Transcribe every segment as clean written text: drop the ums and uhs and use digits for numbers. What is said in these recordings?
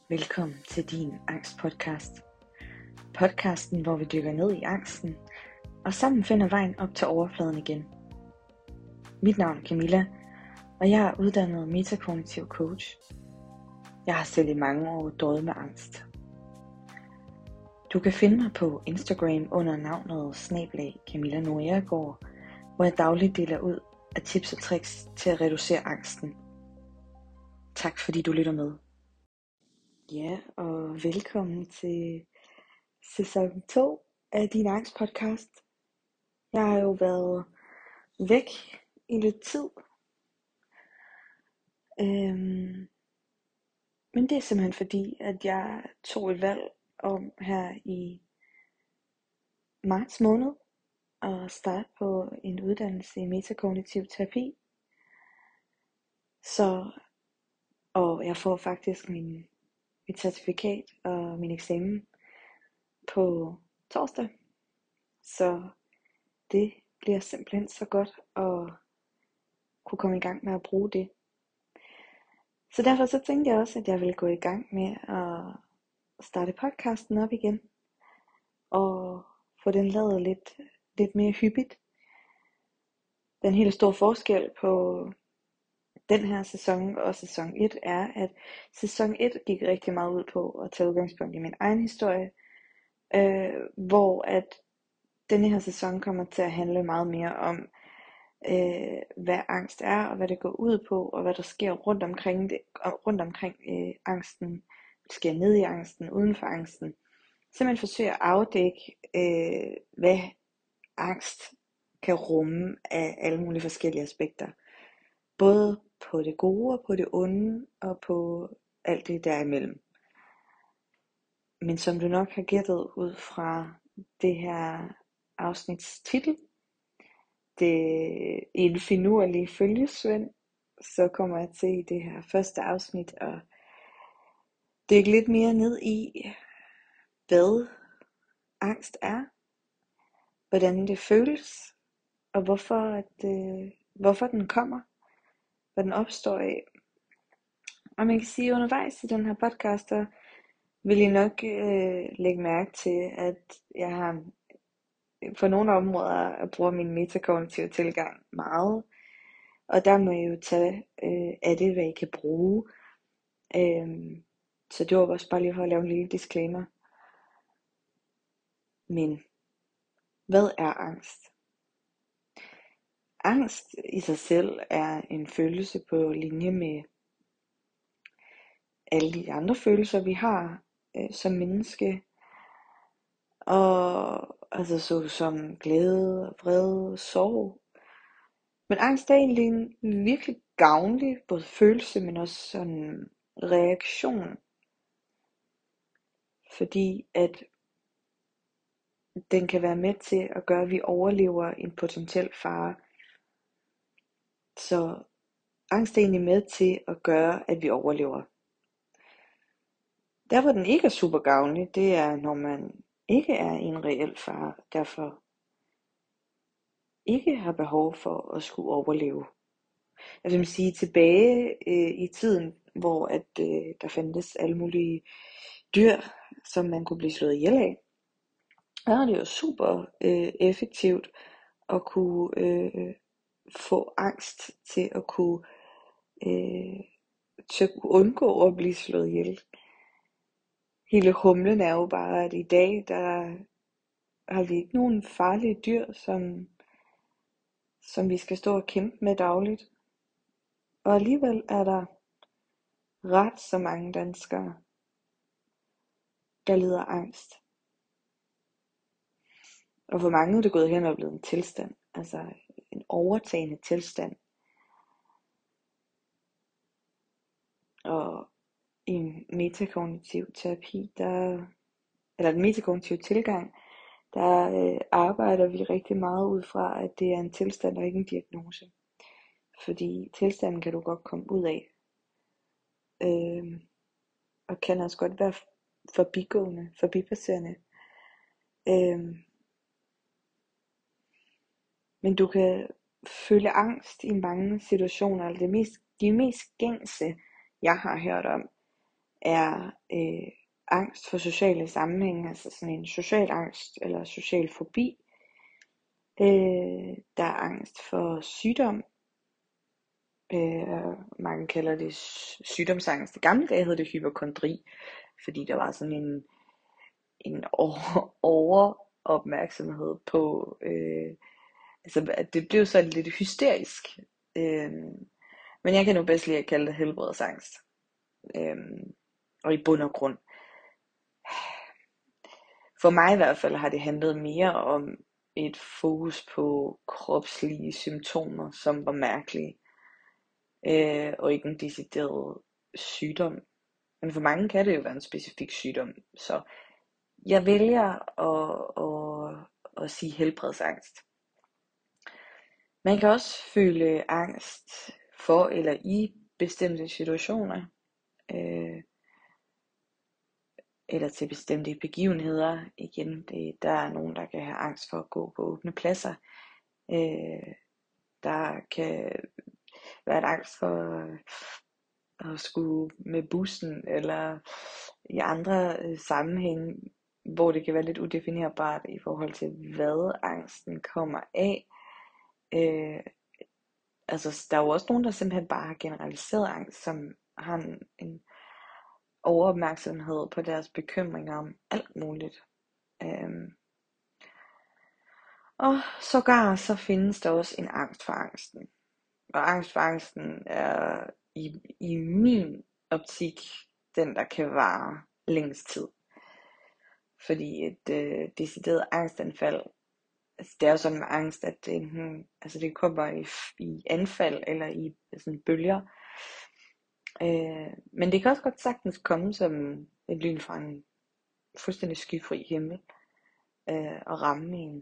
Velkommen til din angstpodcast. Podcasten, hvor vi dykker ned i angsten og sammen finder vejen op til overfladen igen. Mit navn er Camilla, og jeg er uddannet metakognitiv coach. Jeg har selv i mange år døjet med angst. Du kan finde mig på Instagram under navnet @CamillaNoergaard, hvor jeg dagligt deler ud af tips og tricks til at reducere angsten. Tak fordi du lytter med. Ja, og velkommen til sæson 2 af din angstpodcast. Jeg har jo været væk i lidt tid. Men det er simpelthen fordi, at jeg tog et valg om her i marts måned at starte på en uddannelse i metakognitiv terapi. Og jeg får faktisk mit certifikat og min eksamen på torsdag. Så det bliver simpelthen så godt at kunne komme i gang med at bruge det. Så derfor så tænkte jeg også, at jeg ville gå i gang med at starte podcasten op igen. Og få den lavet lidt mere hyppigt. Den helt store forskel på den her sæson og sæson 1 er, at sæson 1 gik rigtig meget ud på at tage udgangspunkt i min egen historie. Hvor at denne her sæson kommer til at handle meget mere om, hvad angst er, og hvad det går ud på, og hvad der sker rundt omkring angsten, hvad sker ned i angsten, uden for angsten. Simpelthen forsøge at afdække, hvad angst kan rumme af alle mulige forskellige aspekter. Både på det gode og på det onde, og på alt det derimellem. Men som du nok har gættet ud fra det her afsnits titel, det en finurlig følgesvend, så kommer jeg til i det her første afsnit at dykke lidt mere ned i, hvad angst er, hvordan det føles, og hvorfor den kommer, hvad den opstår af. Og man kan sige, undervejs i den her podcast, der vil I nok lægge mærke til, at jeg har på nogle områder bruger min metakognitive tilgang meget. Og der må I jo tage af det, hvad I kan bruge. Så det var også bare lige for at lave en lille disclaimer. Men hvad er angst? Angst i sig selv er en følelse på linje med alle de andre følelser, vi har som menneske. Og altså så som glæde, vrede, sorg. Men angst er egentlig en virkelig gavnlig både følelse, men også sådan reaktion. Fordi at den kan være med til at gøre, at vi overlever en potentiel fare. Så angst er egentlig med til at gøre, at vi overlever. Der hvor den ikke er super gavnlig, det er når man ikke er i en reel fare, derfor ikke har behov for at skulle overleve. Jeg vil sige tilbage i tiden, hvor at der fandtes alle mulige dyr, som man kunne blive slået ihjel af. Der er det jo super effektivt at kunne få angst til at kunne undgå at blive slået ihjel. Hele humlen er jo bare, at i dag, der har vi ikke nogen farlige dyr, som vi skal stå og kæmpe med dagligt. Og alligevel er der ret så mange danskere, der lider angst. Og for mange er det gået hen og blevet en tilstand, altså en overtagende tilstand. Og i en metakognitiv terapi, eller en metakognitiv tilgang, der arbejder vi rigtig meget ud fra, at det er en tilstand og ikke en diagnose. Fordi tilstanden kan du godt komme ud af. Og kan også godt være forbipasserende. Men du kan føle angst i mange situationer. De mest gængse, jeg har hørt om, er angst for sociale sammenhænge, altså sådan en social angst eller social fobi. Der er angst for sygdom. Mange kalder det sygdomsangst. I gamle dage hed det hypokondri, fordi der var sådan en overopmærksomhed på, altså at det blev så lidt hysterisk. Men jeg kan nu bedst lide at kalde det helbredsangst. Og i bund og grund, for mig i hvert fald, har det handlet mere om et fokus på kropslige symptomer, som var mærkelige, og ikke en decideret sygdom. Men for mange kan det jo være en specifik sygdom, så jeg vælger at sige helbredsangst. Man kan også føle angst for eller i bestemte situationer, eller til bestemte begivenheder. Igen, der er nogen, der kan have angst for at gå på åbne pladser. Der kan være en angst for at skulle med bussen, eller i andre sammenhænge, hvor det kan være lidt udefinerbart i forhold til, hvad angsten kommer af. Altså, der er jo også nogen, der simpelthen bare har generaliseret angst, som har en overopmærksomhed på deres bekymringer om alt muligt. Og sågar så findes der også en angst for angsten. Og angst for angsten er i min optik den, der kan vare længst tid. Fordi et decideret angstanfald, altså det er jo sådan med angst, at det kommer i anfald eller i sådan bølger. Men det kan også godt sagtens komme som et lyn fra en fuldstændig skyfri himmel og ramme en.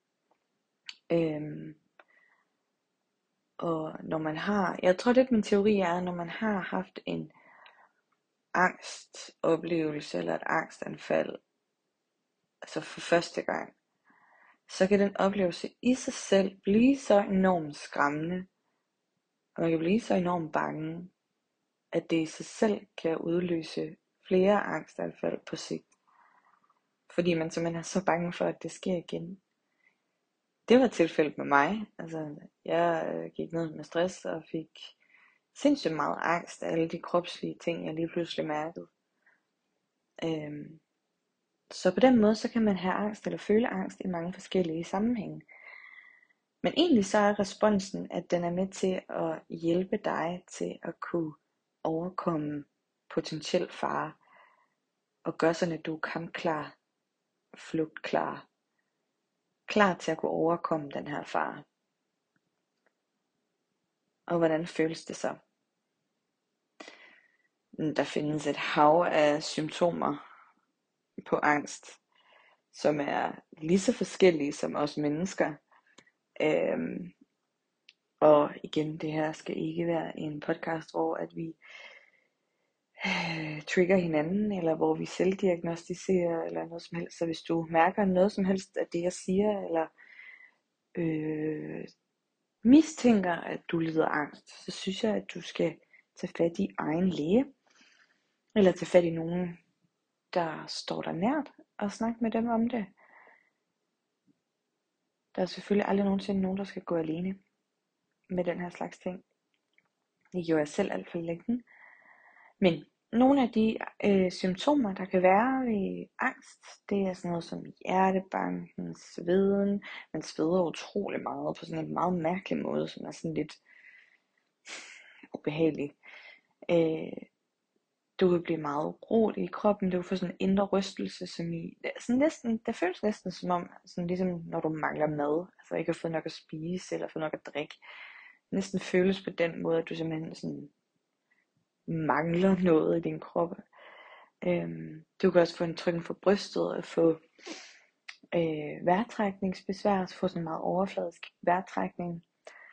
Og når man har, jeg tror lidt min teori er, at når man har haft en angstoplevelse eller et angstanfald, altså for første gang, så kan den oplevelse i sig selv blive så enormt skræmmende, og man kan blive så enormt bange, at det i sig selv kan udløse flere angstanfald på sigt. Fordi man simpelthen er så bange for, at det sker igen. Det var tilfældet med mig. Altså, jeg gik ned med stress og fik sindssygt meget angst af alle de kropslige ting, jeg lige pludselig mærkede. Så på den måde, så kan man have angst eller føle angst i mange forskellige sammenhænge. Men egentlig så er responsen, at den er med til at hjælpe dig til at kunne overkomme potentiel fare, og gøre sådan, at du er kampklar, flugtklar, klar til at kunne overkomme den her fare. Og hvordan føles det så? Der findes et hav af symptomer på angst, som er lige så forskellige som os mennesker. Og igen, det her skal ikke være en podcast, hvor at vi trigger hinanden, eller hvor vi selvdiagnostiserer, eller noget som helst. Så hvis du mærker noget som helst af det, jeg siger, eller mistænker, at du lider angst, så synes jeg, at du skal tage fat i egen læge, eller tage fat i nogen, der står dig nært, og snakke med dem om det. Der er selvfølgelig aldrig nogensinde nogen, der skal gå alene med den her slags ting. Det gjorde jeg selv alt for længe. Men nogle af de symptomer, der kan være ved angst, det er sådan noget som hjertebanken, sveden. Man sveder utrolig meget på sådan en meget mærkelig måde, som er sådan lidt ubehagelig. Du vil blive meget urolig i kroppen, du vil få sådan en indre rystelse, som sådan næsten, det føles næsten som om, sådan ligesom når du mangler mad, altså ikke har fået nok at spise, eller fået nok at drikke. Næsten føles på den måde, at du simpelthen sådan mangler noget i din krop. Du kan også få en trykken for brystet, og få vejrtrækningsbesvær, altså få sådan en meget overfladisk vejrtrækning.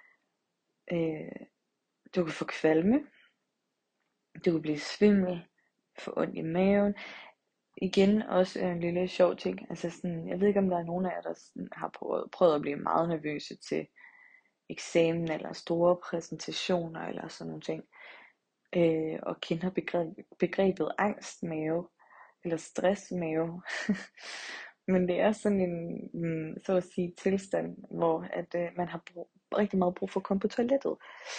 Du kan få kvalme, du kan blive svimmel, få ondt i maven. Igen også en lille sjov ting, altså sådan, jeg ved ikke om der er nogen af jer, der sådan, har prøvet at blive meget nervøse til eksamen, eller store præsentationer, eller sådan nogle ting. og kender begrebet angstmave eller stressmave. Men det er sådan en så at sige tilstand, hvor man har rigtig meget brug for at komme på toilettet.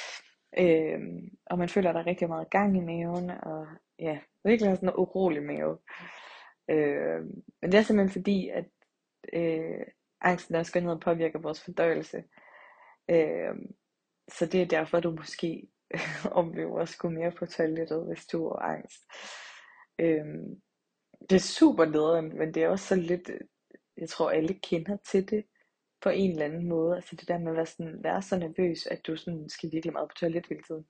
Og man føler, at der er rigtig meget gang i maven, og ja, virkelig sådan en urolig mave. Men det er simpelthen fordi, at angsten også går ned og påvirker vores fordøjelse. Øh, så det er derfor, du måske oplever at skulle mere på toilettet, hvis du har angst. Det er super nederen, men det er også så lidt, jeg tror alle kender til det på en eller anden måde. Altså det der med at være så nervøs, at du sådan skal virkelig meget på toilet hele tiden.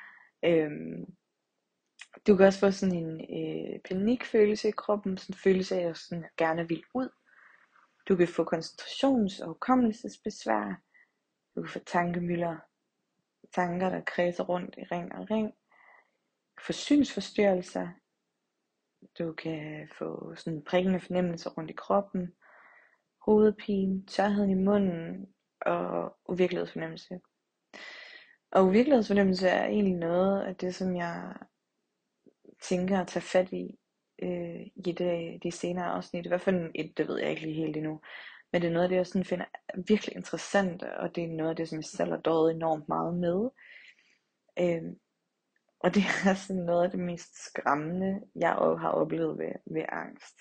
Du kan også få sådan en panikfølelse i kroppen, sådan en følelse af at sådan gerne vil ud. Du kan få koncentrations- og hukommelsesbesvær. Du kan få tankemylder, tanker der kredser rundt i ring og ring. Du kan få synsforstyrrelser. Du kan få sådan prikkende fornemmelser rundt i kroppen, hovedpine, tørheden i munden og uvirkelighedsfornemmelse. Og uvirkelighedsfornemmelse er egentlig noget af det, som jeg tænker at tage fat i de senere afsnit. I hvert fald et, det ved jeg ikke lige helt endnu. Men det er noget af det, jeg sådan finder virkelig interessant, og det er noget af det, som jeg selv har døjet enormt meget med. Og det er sådan noget af det mest skræmmende, jeg har oplevet ved angst.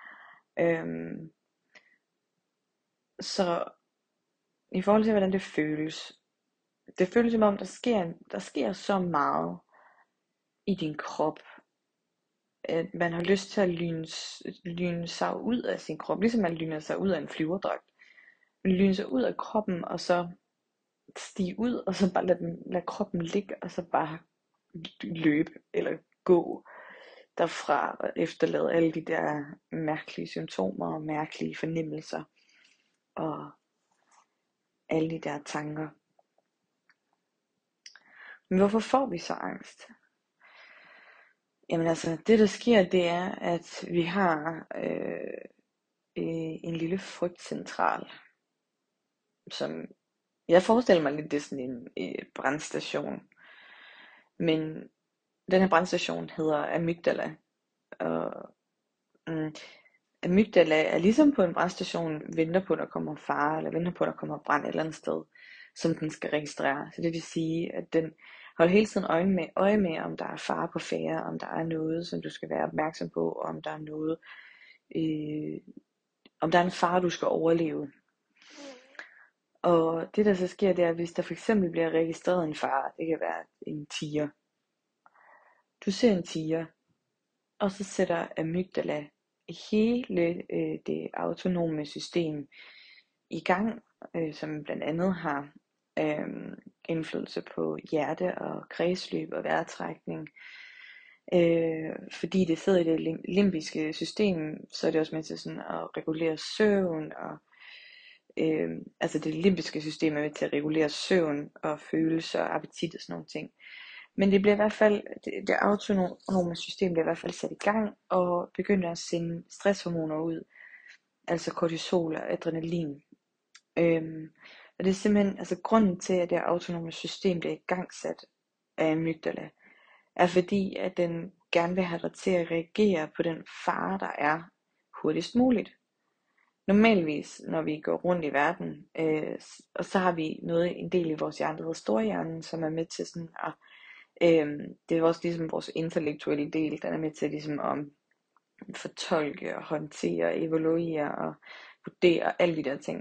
Så i forhold til, hvordan det føles. Det føles som om, der sker så meget i din krop, at man har lyst til at lyne sig ud af sin krop, ligesom man lyner sig ud af en flyverdragt. Man lyner sig ud af kroppen, og så stige ud, og så bare lade kroppen ligge, og så bare løbe eller gå derfra, og efterlade alle de der mærkelige symptomer og mærkelige fornemmelser, og alle de der tanker. Men hvorfor får vi så angst? Jamen altså, det der sker, det er, at vi har en lille frygtcentral, som jeg forestiller mig lidt, det er sådan en brandstation. Men den her brandstation hedder amygdala. Og amygdala er ligesom på en brandstation, venter på, at der kommer fare, eller venter på, at der kommer brand et eller andet sted, som den skal registrere. Så det vil sige, at den holder hele tiden øje med, om der er fare på færde, om der er noget, som du skal være opmærksom på, om der er noget, om der er en fare, du skal overleve. Og det der så sker, det er, hvis der for eksempel bliver registreret en fare, det kan være en tiger. Du ser en tiger, og så sætter amygdala hele det autonome system i gang, som blandt andet har indflydelse på hjerte og kredsløb og vejrtrækning. Fordi det sidder i det limbiske system, så er det også med til sådan at regulere søvn, og altså det limbiske system er med til at regulere søvn og følelser og appetit og sådan nogle ting. Men det bliver i hvert fald, det autonome system bliver i hvert fald sat i gang og begynder at sende stresshormoner ud, altså kortisol og adrenalin. Og det er simpelthen, altså grunden til, at det autonome system bliver i gang sat af amygdala, er fordi, at den gerne vil have dig til at reagere på den fare, der er hurtigst muligt. Normalvis, når vi går rundt i verden, og så har vi en del i vores hjerne, der hedder storhjernen, som er med til sådan at, det er også ligesom vores intellektuelle del, den er med til ligesom at fortolke og håndtere, evaluere og vurdere alle de der ting.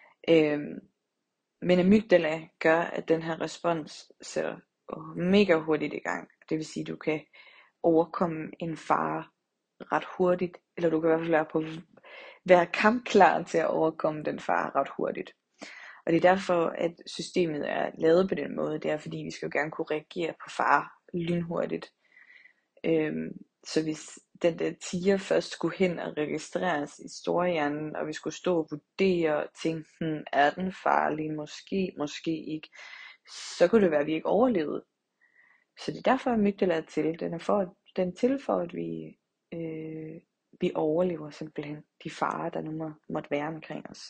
Men amygdala gør, at den her respons sætter mega hurtigt i gang. Det vil sige, at du kan overkomme en fare ret hurtigt, eller du kan i hvert fald være kampklar til at overkomme den fare ret hurtigt. Og det er derfor, at systemet er lavet på den måde. Det er fordi, vi skal jo gerne kunne reagere på fare lynhurtigt. Så hvis den der tiger først skulle hen og registreres i storhjernen, og vi skulle stå og vurdere og tænke, er den farlig? Måske ikke. Så kunne det være, at vi ikke overlevede. Så det er derfor, at amygdala er til. Den er til for, at vi overlever simpelthen de farer, der nu måtte være omkring os.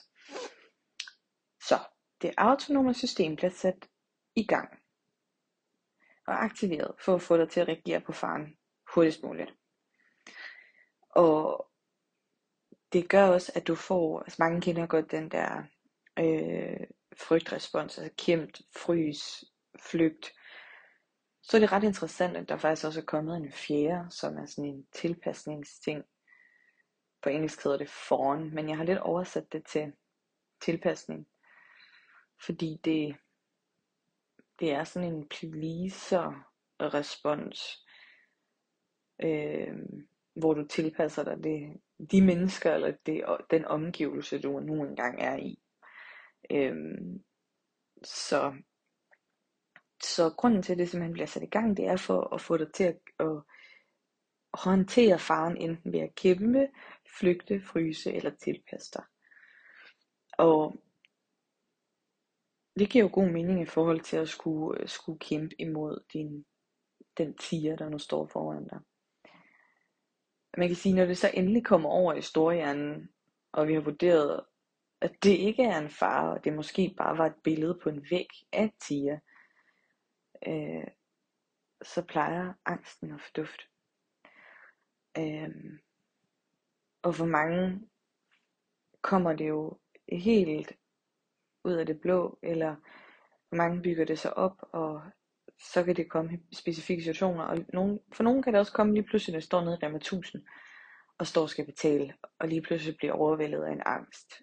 Så det autonome system bliver sat i gang. og aktiveret for at få dig til at reagere på faren hurtigst muligt. Og det gør også, at du får, altså mange kender godt den der frygtrespons, altså kæmt, frys, flygt. Så er det ret interessant, at der faktisk også er kommet en fjerde, som er sådan en tilpasningsting. På engelsk hedder det fawn, men jeg har lidt oversat det til tilpasning. Fordi det er sådan en pleaser-respons, hvor du tilpasser dig de mennesker eller den omgivelse, du nu engang er i. Så grunden til, at det simpelthen bliver sat i gang, det er for at få dig til at håndtere faren enten ved at kæmpe, flygte, fryse eller tilpasse dig. Og det giver jo god mening i forhold til at skulle kæmpe imod den tiger, der nu står foran dig. Man kan sige, når det så endelig kommer over i storhjernen, og vi har vurderet, at det ikke er en fare, og det måske bare var et billede på en væg af en tiger, så plejer angsten at fordufte. Og for mange kommer det jo helt ud af det blå, eller for mange bygger det sig op, og så kan det komme i specifikke situationer, og for nogen kan det også komme lige pludselig, når det står nede i Rema 1000, og står og skal betale, og lige pludselig bliver overvældet af en angst.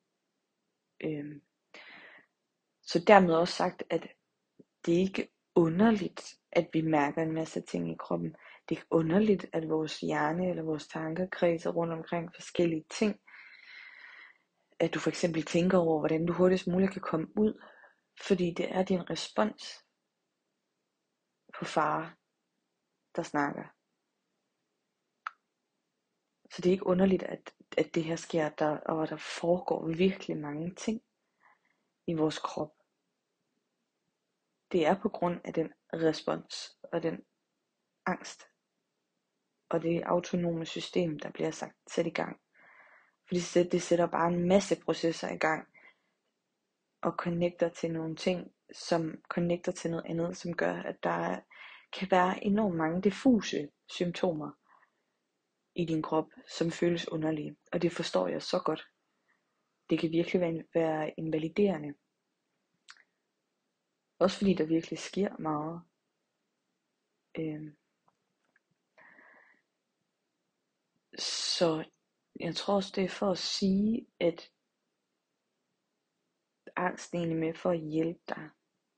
Så dermed også sagt, at det er ikke underligt, at vi mærker en masse ting i kroppen. Det er ikke underligt, at vores hjerne eller vores tanker kredser rundt omkring forskellige ting. At du for eksempel tænker over, hvordan du hurtigst muligt kan komme ud, fordi det er din respons på fare, der snakker. Så det er ikke underligt, at det her sker, og der foregår virkelig mange ting i vores krop. Det er på grund af den respons og den angst og det autonome system, der bliver sat i gang. For det sætter bare en masse processer i gang og connecter til nogle ting, som connecter til noget andet, som gør, at der kan være enormt mange diffuse symptomer i din krop, som føles underlige. Og det forstår jeg så godt. Det kan virkelig være invaliderende. Også fordi der virkelig sker meget. Så jeg tror også, det er for at sige, at angsten er egentlig med for at hjælpe dig.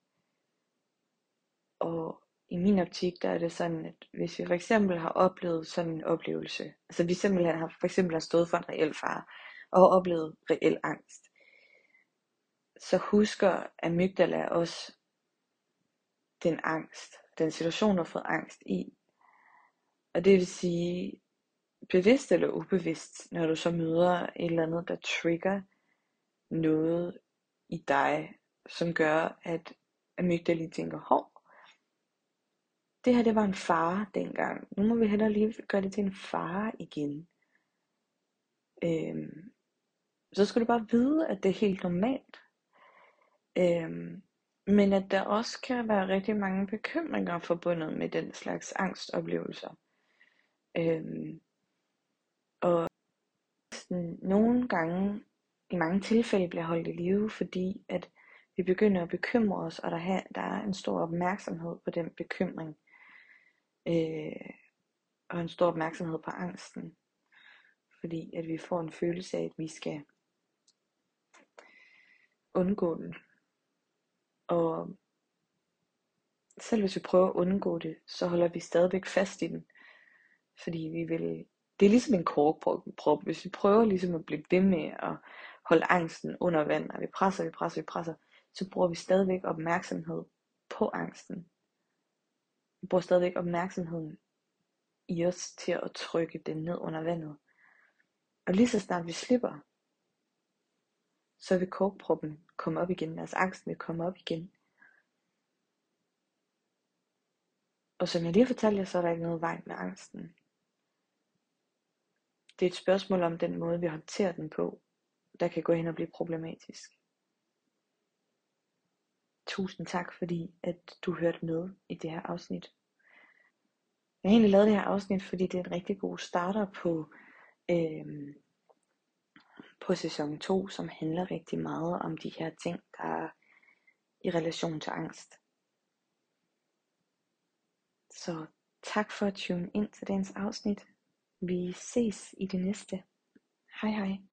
Og i min optik, der er det sådan, at hvis vi for eksempel har oplevet sådan en oplevelse, altså vi simpelthen har stået for en reel fare, og har oplevet reel angst, så husker amygdala også den angst, den situation, du har fået angst i. Og det vil sige, bevidst eller ubevidst, når du så møder et eller andet, der trigger noget i dig, som gør, at amygdala tænker, hov, det her det var en fare dengang. Nu må vi hellere lige gøre det til en fare igen. Så skal du bare vide, at det er helt normalt. Men at der også kan være rigtig mange bekymringer forbundet med den slags angstoplevelser. Og nogle gange, i mange tilfælde, bliver holdt i live, fordi at vi begynder at bekymre os, og der er en stor opmærksomhed på den bekymring. Og en stor opmærksomhed på angsten. Fordi at vi får en følelse af, at vi skal undgå den. Og selv hvis vi prøver at undgå det, så holder vi stadigvæk fast i den. Fordi det er ligesom en korkprop. Hvis vi prøver ligesom at blive ved med at holde angsten under vand, og vi presser, så bruger vi stadigvæk opmærksomhed på angsten. Vi bruger stadigvæk opmærksomheden i os til at trykke den ned under vandet. Og lige så snart vi slipper, så vil korkproppen komme op igen, altså angsten vil komme op igen. Og som jeg lige har fortalt jer, så er der ikke noget vej med angsten. Det er et spørgsmål om den måde, vi håndterer den på, der kan gå hen og blive problematisk. tusind tak, fordi at du hørte med i det her afsnit. Jeg har egentlig lavet det her afsnit, fordi det er en rigtig god starter på sæson 2, som handler rigtig meget om de her ting, der er i relation til angst. Så tak for at tune ind til dagens afsnit. Vi ses i det næste. Hej hej.